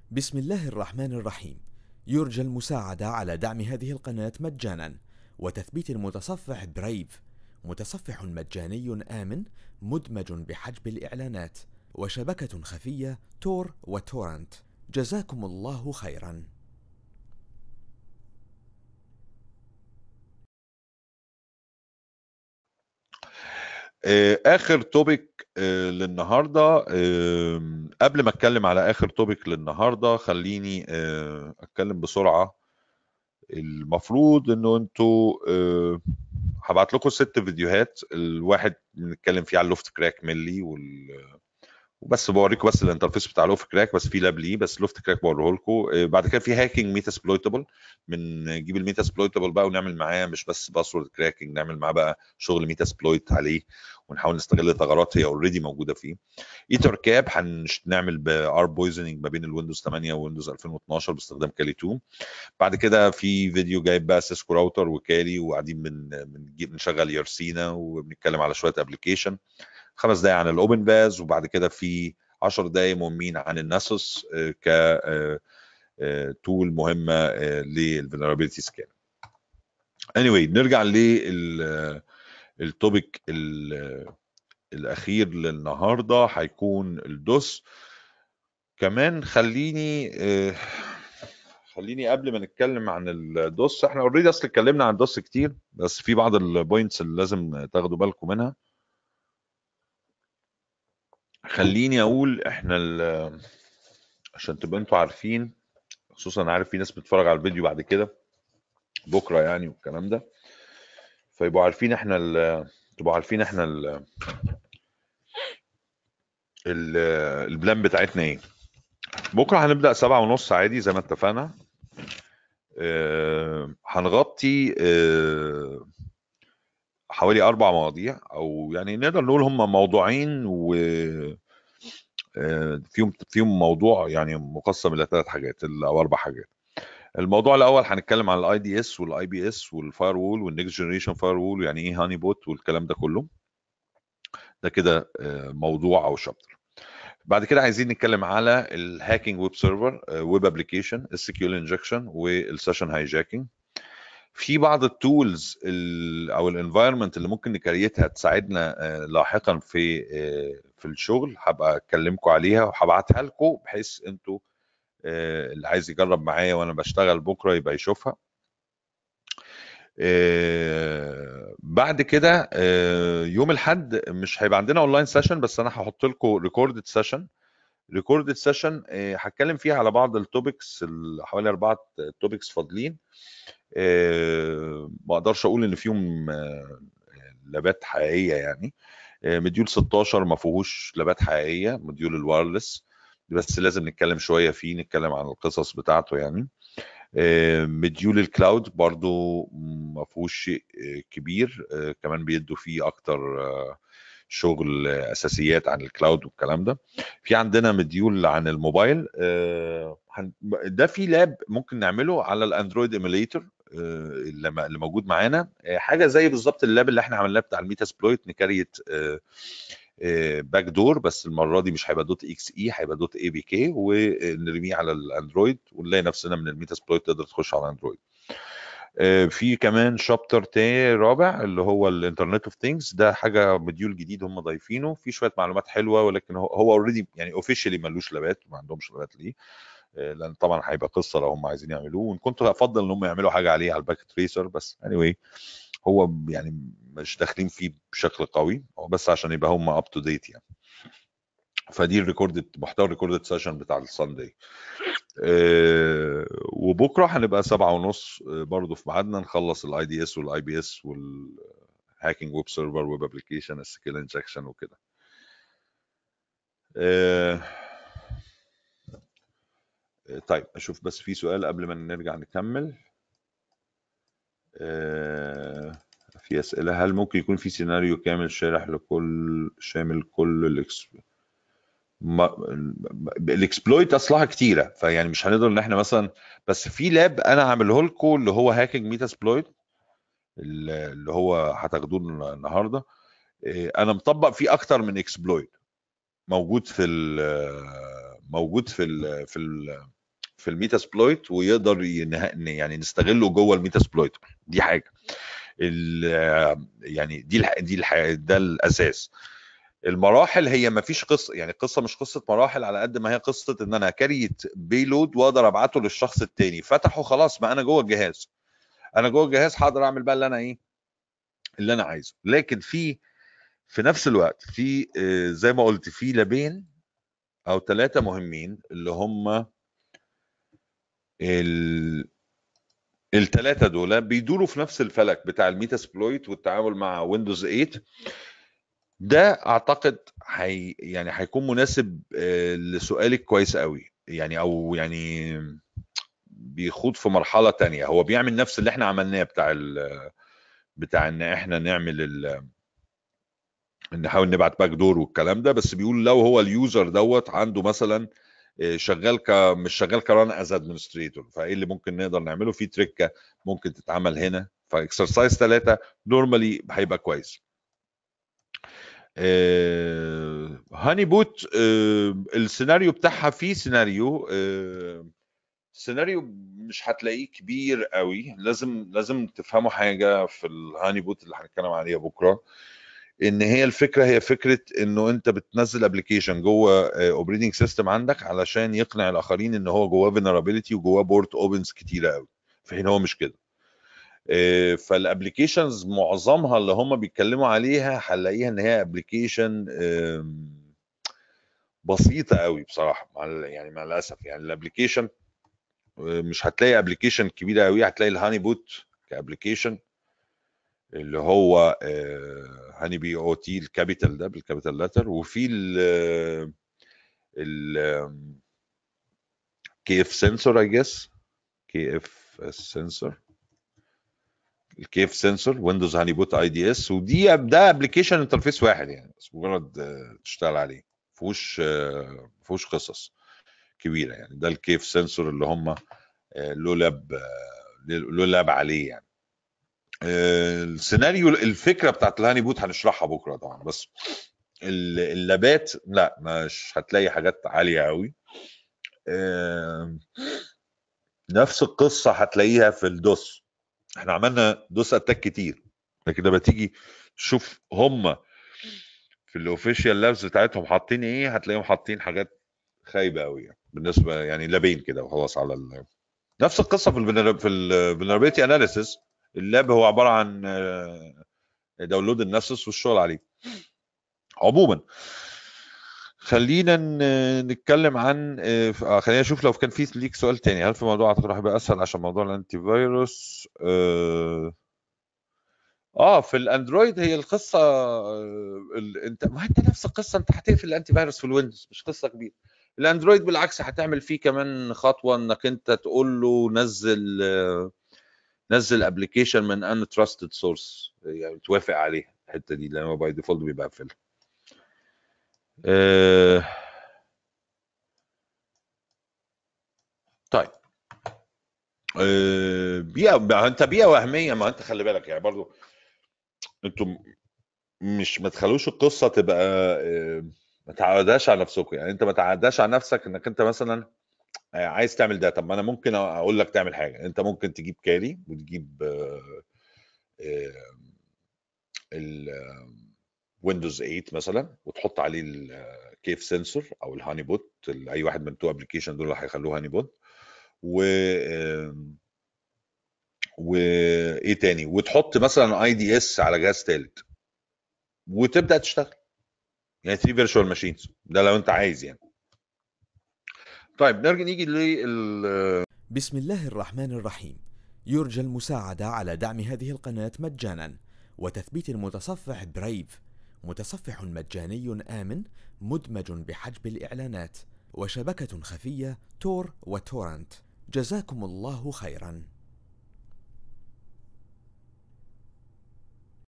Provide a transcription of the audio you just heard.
بسم الله الرحمن الرحيم. يرجى المساعدة على دعم هذه القناة مجانا وتثبيت المتصفح برايف، متصفح مجاني آمن مدمج بحجب الإعلانات وشبكة خفية تور وتورنت. جزاكم الله خيرا. اخر توبيك للنهارده. قبل ما اتكلم على اخر توبيك للنهارده خليني اتكلم بسرعه. المفروض انه انتوا هبعت لكم 6 فيديوهات. الواحد بنتكلم فيه على اللوفت كراك ملي وبس بوريكم بس الانترفيس بتاع لوفت كراك، بس في لاب ليه، بس لوفت كراك بوريه لكم. بعد كده في هاكينج ميتا سبلويتابل، بنجيب الميتا سبلويتابل بقى ونعمل معاه مش بس باسورد كراكنج، نعمل معاه بقى شغل ميتا سبلويت عليه ونحاول نستغل ثغرات هي اوريدي موجوده فيه. ايثر كاب هنعمل بار بويزنينج ما بين الويندوز 8 وويندوز 2012 باستخدام كالي 2. بعد كده في فيديو جايب بقى سيسكو راوتر وكالي، وقاعدين بنشغل يارسينا وبنتكلم على شويه ابلكيشن. 5 دقايق عن الاوبن باز، وبعد كده في 10 دقايق مهمين عن الناسوس ك تول مهمه للفولنربيلتي سكان. anyway نرجع للتوبيك الاخير للنهارده، هيكون الدوس. كمان خليني قبل ما نتكلم عن الدوس، احنا اوريدي اصلا اتكلمنا عن الدوس كتير، بس في بعض البوينتس اللي لازم تاخدوا بالكم منها. خليني اقول احنا عشان تبقوا انتوا عارفين، خصوصا انا عارف في ناس بتتفرج على الفيديو بعد كده بكره يعني والكلام ده، فيبقوا عارفين احنا تبقوا عارفين احنا البلان بتاعتنا ايه. بكره هنبدا 7:30 عادي زي ما اتفقنا. هنغطي حوالي 4 مواضيع، او يعني نقدر نقول هم موضوعين، و فيهم موضوع يعني مقسم الى 3 حاجات او 4 حاجات. الموضوع الاول هنتكلم عن الاي دي اس والاي بي اس والفاير وول والنكست جنريشن فاير وول، ويعني ايه هاني بوت والكلام ده كله. ده كده موضوع او شابتر. بعد كده عايزين نتكلم على الهاكينج ويب سيرفر، ويب ابلكيشن، السي كيو ال انجكشن، والسيشن هايجاكينج. في بعض التولز او الانفايرمنت اللي ممكن نكريتها تساعدنا لاحقا في الشغل، هبقى اكلمكم عليها وهبعتها لكم بحيث انتوا اللي عايز يجرب معايا وانا بشتغل بكره يبقى يشوفها. بعد كده يوم الاحد مش هيبقى عندنا اونلاين سيشن، بس انا هحط لكم ريكوردد سيشن هتكلم فيها على بعض التوبكس، حوالي 4 توبكس فاضلين. ما اقدرش اقول ان فيهم لابات حقيقيه يعني. مديول 16 ما فيهوش لابات حقيقيه، مديول الوايرلس، بس لازم نتكلم شويه فيه، نتكلم عن القصص بتاعته يعني. مديول الكلاود برضو ما فيهوش شيء كبير، كمان بيدوا فيه اكتر شغل اساسيات عن الكلاود والكلام ده. في عندنا مديول عن الموبايل، ده في لاب ممكن نعمله على الاندرويد ايميليتور اللي موجود معانا، حاجه زي بالظبط اللاب اللي احنا عملناه بتاع الميتا سبلويت، نكريت باك دور، بس المره دي مش هيبقى دوت اكس اي، هيبقى دوت اي بي كي، ونرميه على الاندرويد ونلاقي نفسنا من الميتا سبلويت تقدر تخش على اندرويد. في كمان شابتر تاني رابع اللي هو الانترنت اوف ثينجز، ده حاجه مديول جديد هم ضايفينه، في شويه معلومات حلوه، ولكن هو اوريدي يعني اوفيشالي ملوش لابات، ما عندهمش لابات ليه، لان طبعا هيبقى قصه لو هم عايزين يعملوه، وان كنت افضل ان هم يعملوا حاجه عليه على الباك تريسر، بس anyway هو يعني مش داخلين فيه بشكل قوي، هو بس عشان يبقى هم اب تو ديت يعني. فدي محتوى الريكوردد سيشن بتاع الساندي. وبكره هنبقى 7:30 برضه في ميعادنا، نخلص الاي دي اس والاي بي اس والهاكينج ويب سيرفر ويب ابلكيشن السكيل انجكشن وكده. طيب اشوف بس في سؤال قبل ما نرجع نكمل. في اسئله، هل ممكن يكون في سيناريو كامل شامل كل الاكسبلويت اصلها كتيره، فيعني مش هنقدر ان احنا مثلا، بس في لاب انا عامله لكم اللي هو هاكينج ميتا سبلويت اللي هو هتاخدوه النهارده. انا مطبق فيه اكتر من اكسبلويت، موجود في في الميتاسبلويت، ويقدر يعني نستغله جوه الميتاسبلويت. دي حاجه يعني ده الاساس. المراحل هي ما فيش قصه، يعني القصه مش قصه مراحل على قد ما هي قصه ان انا كريت بيلود واقدر ابعته للشخص التاني، فتحه خلاص، ما انا جوه الجهاز، انا جوه الجهاز هقدر اعمل بقى اللي انا اللي انا عايزه. لكن في نفس الوقت في زي ما قلت في لابين او 3 مهمين، اللي هم الثلاثه دول بيدوروا في نفس الفلك بتاع الميتاسبلويت والتعامل مع ويندوز 8. ده اعتقد يعني هيكون مناسب لسؤالك كويس قوي، يعني او يعني بيخوض في مرحله تانية. هو بيعمل نفس اللي احنا عملناه بتاع ان احنا نحاول نبعت باك دور والكلام ده، بس بيقول لو هو اليوزر عنده مثلا شغال مش شغال كران از ادمنستريتور، فايه اللي ممكن نقدر نعمله؟ في تريكه ممكن تتعمل هنا. فاكسرسايز 3 نورمالي هيبقى كويس. هاني بوت السيناريو بتاعها فيه سيناريو مش هتلاقيه كبير قوي. لازم تفهموا حاجه في الهاني بوت اللي هنتكلم عليها بكره، ان هي الفكره هي فكره انه انت بتنزل ابلكيشن جوه اوبريتنج سيستم عندك علشان يقنع الاخرين ان هو جواه فينرابيلتي وجواه بورت اوبنز كتيره قوي، في حين هو مش كده. فالابلكيشنز معظمها اللي هم بيتكلموا عليها هنلاقيها ان هي ابلكيشن بسيطه قوي بصراحه، يعني مع الاسف. يعني الابلكيشن مش هتلاقي ابلكيشن كبيره قوي. هتلاقي الهاني بوت كابلكيشن اللي هو هاني بي او تي الكابيتال ده بالكابيتال لتر، وفي ال كي اف سنسور اي جس، كي اف سنسور، الكي اف سنسور ويندوز هاني بوت اي دي اس. ده ابلكيشن انترفيس واحد يعني، بس مجرد تشتغل عليه، فيهوش قصص كبيره يعني. ده الكيف سنسور اللي هم له لاب عليه يعني. السيناريو الفكره بتاعت الهاني بوت هنشرحها بكره طبعا، بس اللابات لا، مش هتلاقي حاجات عاليه قوي. نفس القصه هتلاقيها في الدوس. احنا عملنا دوس اتاك كتير، لكن لما تيجي تشوف هم في الاوفيشال لابس بتاعتهم حاطين ايه، هتلاقيهم حاطين حاجات خايبه قوي يعني. بالنسبه يعني لابين كده وخلاص على نفس القصه في الفولنربيلتي اناليسيس. اللاب هو عباره عن داونلود النسس والشغل عليه. عموما خلينا نتكلم عن خلينا نشوف لو كان في ليك سؤال تاني. هل في موضوع اعتقد هيبقى اسهل عشان موضوع الانتي فيروس؟ في الاندرويد هي القصه ما انت نفس القصه، انت هتقفل الانتي فيروس في الويندوز، مش قصه كبيره. الاندرويد بالعكس هتعمل فيه كمان خطوه، انك انت تقول له نزل ابلكيشن من ان تراستد سورس، يعني توافق عليه الحته دي، لان هو باي ديفولت بيبقى قافل. طيب بيئه، انت بيئه وهميه. ما انت خلي بالك يعني برضو، انتم مش ما تخلوش القصه تبقى ما تعودهاش على نفسكم. يعني انت ما تعودهاش على نفسك انك انت مثلا عايز تعمل ده. طب ما انا ممكن اقول لك تعمل حاجه. انت ممكن تجيب كاري وتجيب الويندوز 8 مثلا، وتحط عليه الكيف سنسور او الهاني بوت، اي واحد من تو ابلكيشن دول هيخلوه هاني بوت. وايه تاني، وتحط مثلا اي دي اس على جهاز ثالث وتبدا تشتغل، يعني 3 فيرتشوال ماشينز. ده لو انت عايز يعني. طيب نرجع نيجي بسم الله الرحمن الرحيم. يرجى المساعدة على دعم هذه القناة مجانا وتثبيت المتصفح برايف، متصفح مجاني آمن مدمج بحجب الإعلانات وشبكة خفية تور وتورنت. جزاكم الله خيرا.